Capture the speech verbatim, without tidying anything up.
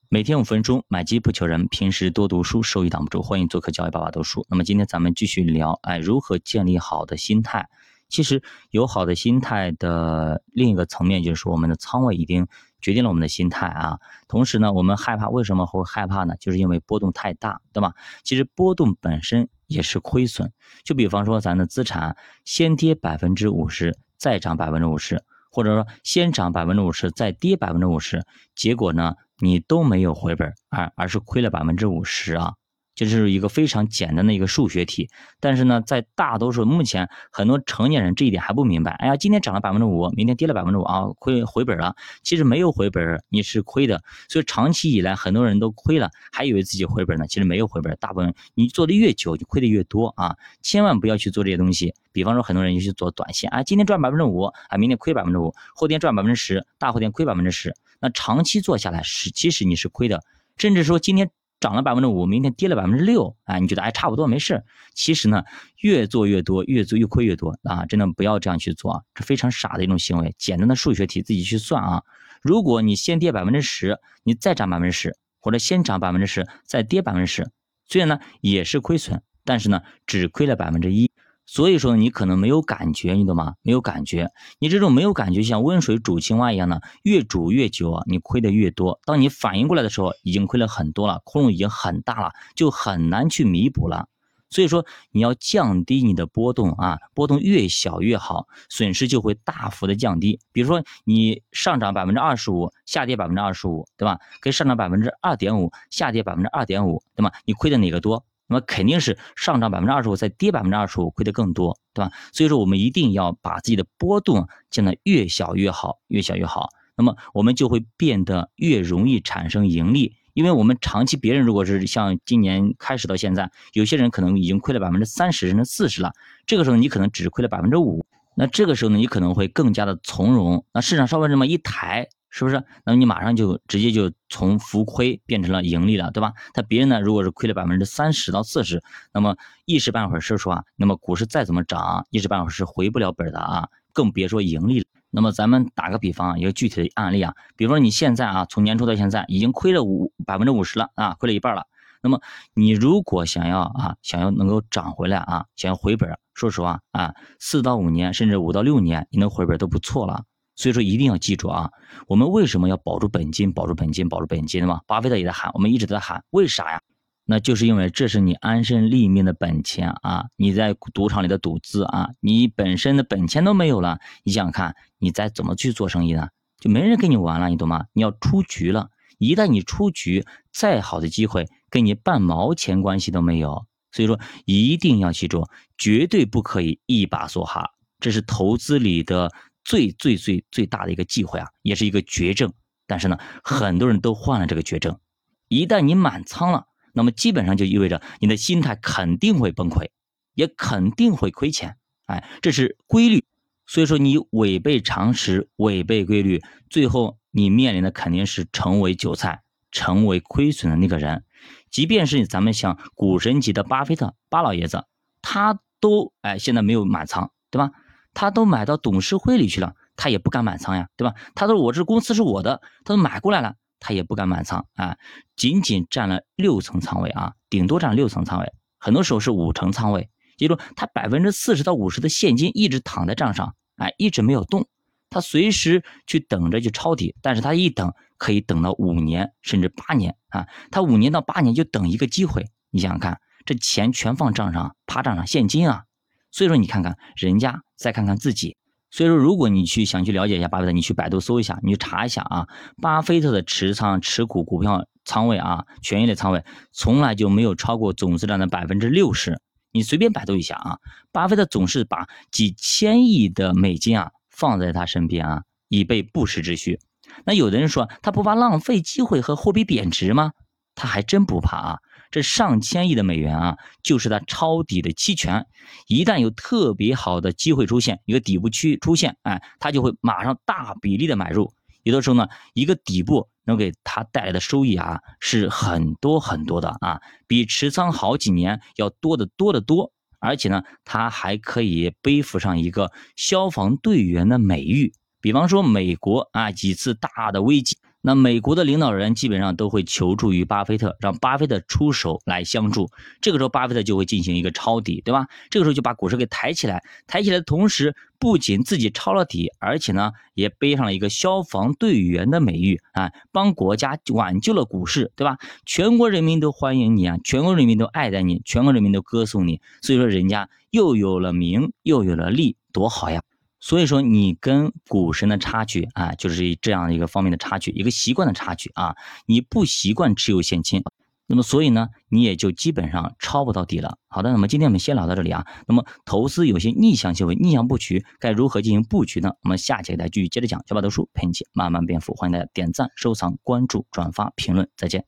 每天五分钟，买基不求人，平时多读书，收益挡不住。欢迎做客教育爸爸读书。那么今天咱们继续聊，哎，如何建立好的心态。其实有好的心态的另一个层面，就是说我们的仓位已经决定了我们的心态啊。同时呢，我们害怕，为什么会害怕呢？就是因为波动太大，对吧？其实波动本身也是亏损。就比方说咱的资产先跌百分之五十，再涨百分之五十。或者说先涨百分之五十，再跌百分之五十，结果呢，你都没有回本，而而是亏了百分之五十啊，这是一个非常简单的一个数学题。但是呢，在大多数目前很多成年人这一点还不明白。哎呀，今天涨了百分之五，明天跌了百分之五啊，亏回本了。其实没有回本，你是亏的。所以长期以来很多人都亏了，还以为自己回本呢，其实没有回本。大部分你做的越久，你亏的越多啊！千万不要去做这些东西。比方说，很多人就去做短线啊，今天赚百分之五啊，明天亏百分之五，后天赚百分之十，大后天亏百分之十。那长期做下来是，其实你是亏的。甚至说今天涨了百分之五，明天跌了百分之六，哎，你觉得哎差不多没事？其实呢，越做越多，越做越亏越多啊！真的不要这样去做啊，这非常傻的一种行为。简单的数学题自己去算啊。如果你先跌百分之十，你再涨百分之十，或者先涨百分之十，再跌百分之十，虽然呢也是亏损，但是呢只亏了百分之一。所以说你可能没有感觉，你懂吗？没有感觉，你这种没有感觉像温水煮青蛙一样的，越煮越久啊，你亏的越多。当你反应过来的时候，已经亏了很多了，窟窿已经很大了，就很难去弥补了。所以说你要降低你的波动啊，波动越小越好，损失就会大幅的降低。比如说你上涨百分之二十五，下跌百分之二十五，对吧？可以上涨百分之二点五，下跌百分之二点五，对吧？你亏的哪个多？那么肯定是上涨百分之二十五，再跌百分之二十五，亏得更多，对吧？所以说我们一定要把自己的波动降得越小越好，越小越好。那么我们就会变得越容易产生盈利，因为我们长期，别人如果是像今年开始到现在，有些人可能已经亏了百分之三十甚至四十了，这个时候你可能只亏了百分之五，那这个时候呢，你可能会更加的从容。那市场稍微这么一抬，是不是？那么你马上就直接就从浮亏变成了盈利了，对吧？他别人呢，如果是亏了百分之三十到四十，那么一时半会儿说实话，那么股市再怎么涨，一时半会儿是回不了本的啊，更别说盈利了。那么咱们打个比方啊，一个具体的案例啊，比如说你现在啊，从年初到现在已经亏了五百分之五十了啊，亏了一半了。那么你如果想要啊，想要能够涨回来啊，想要回本，说实话啊，四到五年甚至五到六年，你能回本都不错了。所以说一定要记住啊，我们为什么要保住本金，保住本金，保住本金嘛？巴菲特也在喊，我们一直在喊，为啥呀？那就是因为这是你安身立命的本钱啊！你在赌场里的赌资啊，你本身的本钱都没有了，你想想看，你再怎么去做生意呢？就没人跟你玩了，你懂吗？你要出局了，一旦你出局，再好的机会跟你半毛钱关系都没有。所以说一定要记住，绝对不可以一把梭哈，这是投资里的最最最最大的一个忌讳啊，也是一个绝症。但是呢，很多人都患了这个绝症。一旦你满仓了，那么基本上就意味着你的心态肯定会崩溃，也肯定会亏钱。哎，这是规律。所以说你违背常识，违背规律，最后你面临的肯定是成为韭菜，成为亏损的那个人。即便是咱们像股神级的巴菲特巴老爷子，他都哎现在没有满仓，对吧？他都买到董事会里去了，他也不敢满仓呀，对吧？他都我这公司是我的，他都买过来了，他也不敢满仓啊，仅仅占了六层仓位啊，顶多占六层仓位，很多时候是五成仓位。也就是说，他百分之四十到五十的现金一直躺在账上，哎，一直没有动，他随时去等着去抄底，但是他一等可以等到五年甚至八年啊，他五年到八年就等一个机会，你想想看，这钱全放账上，趴账上现金啊，所以说你看看人家，再看看自己。所以说，如果你去想去了解一下巴菲特，你去百度搜一下，你去查一下啊，巴菲特的持仓持股股票仓位啊，权益类仓位从来就没有超过总资产的百分之六十。你随便百度一下啊，巴菲特总是把几千亿的美金啊放在他身边啊，以备不时之需。那有的人说他不怕浪费机会和货币贬值吗？他还真不怕啊。这上千亿的美元啊，就是他抄底的期权，一旦有特别好的机会出现，一个底部区出现，哎，他就会马上大比例的买入。有的时候呢，一个底部能给他带来的收益啊，是很多很多的啊，比持仓好几年要多得多得多。而且呢，他还可以背负上一个消防队员的美誉。比方说美国啊，几次大的危机， 那美国的领导人基本上都会求助于巴菲特，让巴菲特出手来相助。这个时候巴菲特就会进行一个抄底，对吧？这个时候就把股市给抬起来，抬起来的同时，不仅自己抄了底，而且呢也背上了一个消防队员的美誉啊，帮国家挽救了股市，对吧？全国人民都欢迎你啊，全国人民都爱戴你，全国人民都歌颂你，所以说人家又有了名，又有了利，多好呀！所以说你跟股神的差距啊，就是这样一个方面的差距，一个习惯的差距啊，你不习惯持有现金，那么所以呢，你也就基本上抄不到底了。好的，那么今天我们先聊到这里啊。那么投资有些逆向行为，逆向布局该如何进行布局呢？我们下节给大家继续接着讲，小马读书陪你一起慢慢变富，欢迎大家点赞、收藏、关注、转发、评论，再见。